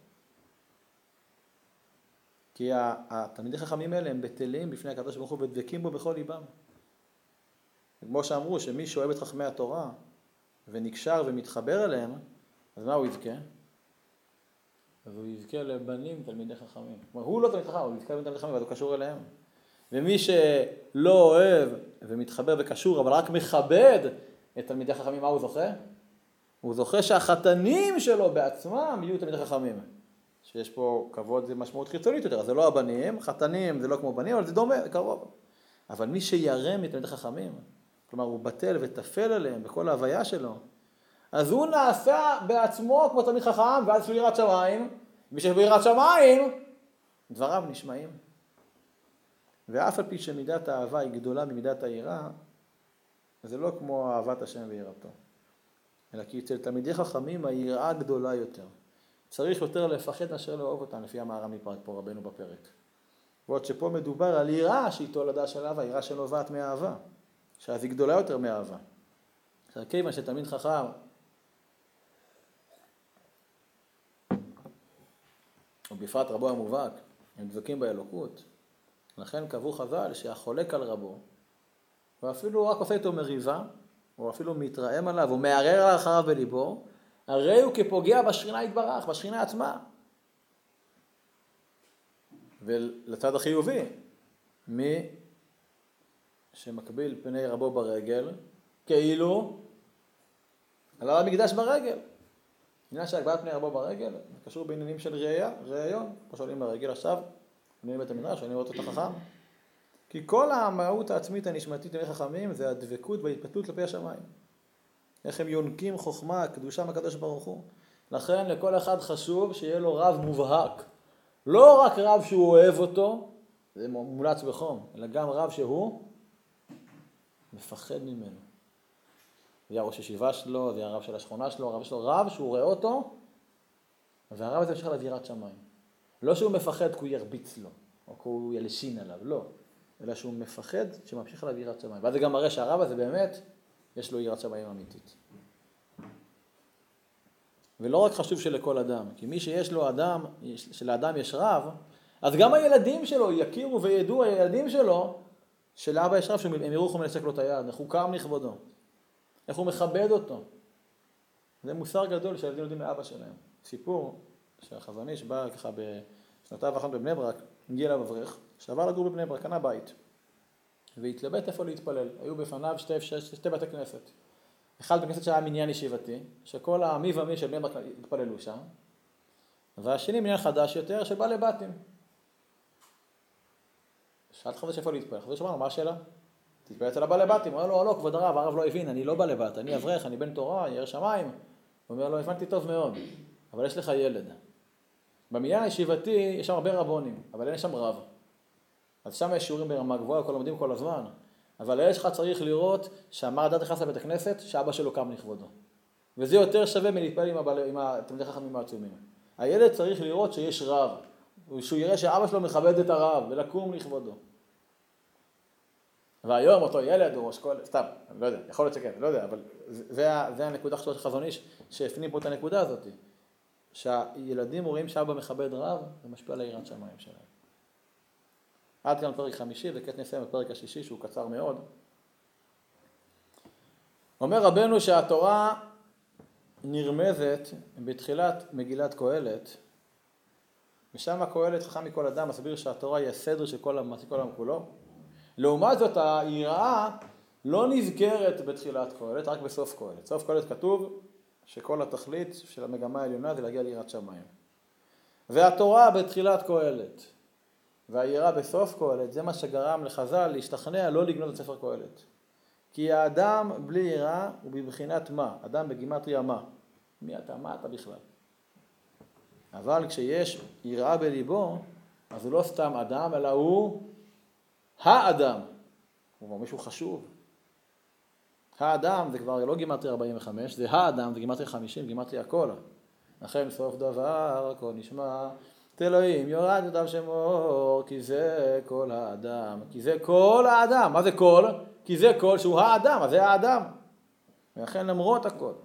כי התלמידי חכמים האלה הם בטלים בפני הקדוש ברוך הוא ודבקים בו בכל ליבם. כמו שאמרו שמי שאוהב את חכמי התורה ונקשר ומתחבר אליהם, אז מה הוא יזכה? אז הוא יזכה לבנים תלמידי חכמים. כלומר, הוא לא תלמיד חכם, הוא יזכה לבנים תלמידי חכמים, אבל הוא קשור אליהם. ומי שלא אוהב ומתחבר וקשור, אבל רק מכבד את תלמידי חכמים, מה הוא זוכה? הוא זוכה שהחתנים שלו בעצמם יהיו תלמידי חכמים. שיש פה כבוד, זה משמעות חיצונית יותר, אז זה לא הבנים, חתנים זה לא כמו בנים, אבל זה דומה, זה קרוב. אבל מי שירם את תלמידי חכמים, כלומר הוא בטל וטפל עליהם בכל ההוויה שלו, אז הוא נעשה בעצמו כמו תלמיד חכם, ואז הוא יראת שמיים, מי שביראת שמיים, דבריו נשמעים. ואף על פי שמידת האהבה היא גדולה ממידת היראה, זה לא כמו אהבת השם ויראתו. אלא כי אצל תלמידי חכמים היראה גדולה יותר. צריך יותר לפחד מאשר לאהוב אותם, לפי המהר"ם מפראג פה רבנו בפרק. ועוד שפה מדובר על יראה שהיא תולדה של אהבה, יראה שנובעת מהאהבה, שאז היא גדולה יותר מהאהבה. עכשיו כיוון שתלמיד חכם, ובפרט רבו המובהק, הם דבקים באלוקות, לכן קבעו חז"ל שהחולק על רבו, ואפילו רק עושה איתו מריבה, או אפילו מתרעם עליו, או מערער על אחריו בליבו, הרי הוא כפוגע בשכינה יתברך, בשכינה עצמה. ולצד החיובי, מי שמקביל פני רבו ברגל, כאילו עלה המקדש ברגל. עניין שהגבלת פני רבו ברגל, זה קשור בעניינים של ראייה, ראיון, פה שואלים ברגל עכשיו, עונים בית המדרש, שואלים לראות את החכם. כי כל המהות העצמית הנשמתית של חכמים זה הדבקות וההתפתלות כלפי השמיים. איך הם יונקים חוכמה, קדושה מהקדוש ברוך הוא. לכן לכל אחד חשוב שיהיה לו רב מובהק. לא רק רב שהוא אוהב אותו, זה מומלץ בחום, אלא גם רב שהוא מפחד ממנו. זה הראש ישיבה שלו, זה הרב של השכונה שלו, הרב שלו, רב שהוא רואה אותו, והרב הזה משך עליו יראת שמיים. לא שהוא מפחד כי הוא ירביץ לו, או כי הוא ילשין עליו, לא. אלא שהוא מפחד שממשיך עליו יראת שמיים. ואז זה גם מראה שהרב הזה באמת, יש לו יראת שמיים אמיתית. ולא רק חשוב שלכל אדם, כי מי שיש לו אדם, שלאדם יש רב, אז גם הילדים שלו יכירו וידעו, הילדים שלו, שלאבא יש רב, שהם ירוחו מלשק לו את היד, איך הוא קם לכבודו, איך הוא מכבד אותו. זה מוסר גדול שהילדים יודעים לאבא שלהם. סיפור שהחזון איש בא ככה בשנותיו האחרונות בבני ברק, הגיע אליו אברך, שעבר לגור בבני ברק, קנה בית, והתלבט איפה להתפלל. היו בפניו שתי, שתי, שתי בתי כנסת. אחד בית כנסת שהיה מניין ישיבתי, שכל העמי ועמי של בני ברק התפללו שם, והשני מניין חדש יותר שבא לבתים. שאלת חבר שאיפה להתפלל, חבר שאמרנו, מה השאלה? תתפלל אצל הבא לבתים. הוא אומר לו, לא, כבוד הרב, הרב לא הבין, אני לא בא לבת, אני אברך, אני בן תורה, ירא שמיים. הוא אומר לו, הבנתי טוב מאוד, אבל יש לך ילד. במניין הישיבתי יש שם הרבה רבונים, אבל אין שם רב. אז שם יש שיעורים ברמה גבוהה, כל לומדים כל הזמן. אבל הילד שלך צריך לראות שהמר הדת נכנס לבית הכנסת, שאבא שלו קם לכבודו. וזה יותר שווה מלהתפלל עם, הבעל, עם התלמידי חכמים העצומים. הילד צריך לראות שיש רב, שהוא יראה שאבא שלו מכבד את הרב, ולקום לכבודו. והיום אותו ילד הוא אשכול, סתם, אני לא יודע, יכול להיות שכן, לא יודע, אבל זה, זה הנקודה של חזון איש, שהפנים פה את הנקודה הזאת. שהילדים רואים שאבא מכבד רב, זה משפיע על יראת שמיים שלהם. עד כאן פרק חמישי, וכעת נסיים בפרק השישי, שהוא קצר מאוד. אומר רבנו שהתורה נרמזת בתחילת מגילת קהלת, ושם קהלת חכם מכל אדם מסביר שהתורה היא הסדר של כל העם כולו. לעומת זאת, היראה לא נזכרת בתחילת קהלת, רק בסוף קהלת. סוף קהלת כתוב שכל התכלית של המגמה העליונה זה להגיע ליראת שמיים. והתורה בתחילת קהלת והיראה בסוף קהלת, זה מה שגרם לחז"ל להשתכנע לא לגנות את ספר קהלת. כי האדם בלי יראה הוא בבחינת מה? אדם בגימטריה מה? מי אתה? מה אתה בכלל? אבל כשיש יראה בליבו, אז הוא לא סתם אדם, אלא הוא האדם. הוא אומר מישהו חשוב. האדם זה כבר לא גימטריה ארבעים וחמש, זה האדם, זה גימטריה חמישים, גימטריה הכל. לכן סוף דבר, הכל נשמע, אלוהים יורד אדם שמור, כי זה כל האדם, כי זה כל האדם. מה זה כל? כי זה כל שהוא האדם, אז זה האדם. ולכן למרות הכל.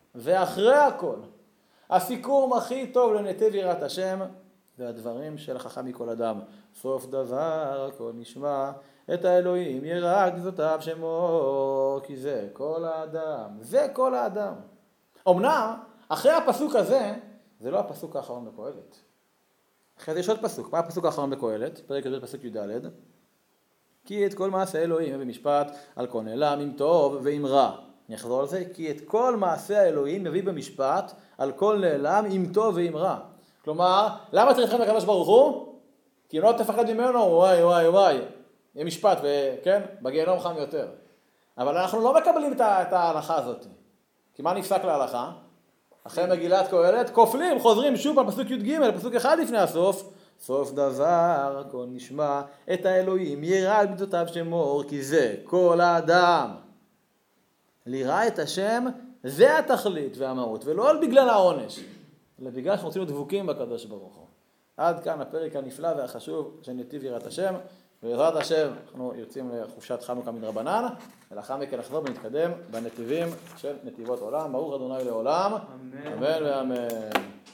ואחרי הכל, הסיכום הכי טוב לנתיב יראת השם, והדברים של החכם מכל אדם. סוף דבר הכל נשמע, את האלוהים ירא גזותיו שמו, כי זה כל האדם, זה כל האדם. אמנם, אחרי הפסוק הזה, זה לא הפסוק האחרון בקהלת. אחרי זה יש עוד פסוק. מה הפסוק האחרון בקהלת? פרק י"ב פסוק י"ד. כי את כל מעשה אלוהים במשפט על כל נעלם עם טוב ועם רע. אני אחזור על זה. כי את כל מעשה האלוהים מביא במשפט על כל נעלם עם טוב ועם רע. כלומר, למה צריך לכם לקדוש ברוך הוא? כי אם לא תפחד ממנו, וואי וואי וואי. יהיה משפט וכן, בגיהנום חם יותר. אבל אנחנו לא מקבלים את ההלכה הזאת. כי מה נפסק להלכה? אחרי מגילת קהלת, כופלים, חוזרים שוב על פסוק י"ג, פסוק אחד לפני הסוף. סוף דבר הכל נשמע, את האלוהים ירא גזותיו שמור, כי זה כל האדם. ליראה את השם, זה התכלית והמהות, ולא בגלל העונש, אלא בגלל שאנחנו רוצים להיות דבוקים בקדוש ברוך הוא. עד כאן הפרק הנפלא והחשוב של נתיב יראת השם, ובעזרת השם אנחנו יוצאים לחופשת חנוכה מדרבנן, ולאחר מכן נחזור ונתקדם בנתיבים של נתיבות עולם. ברוך ה' לעולם, אמן ואמן.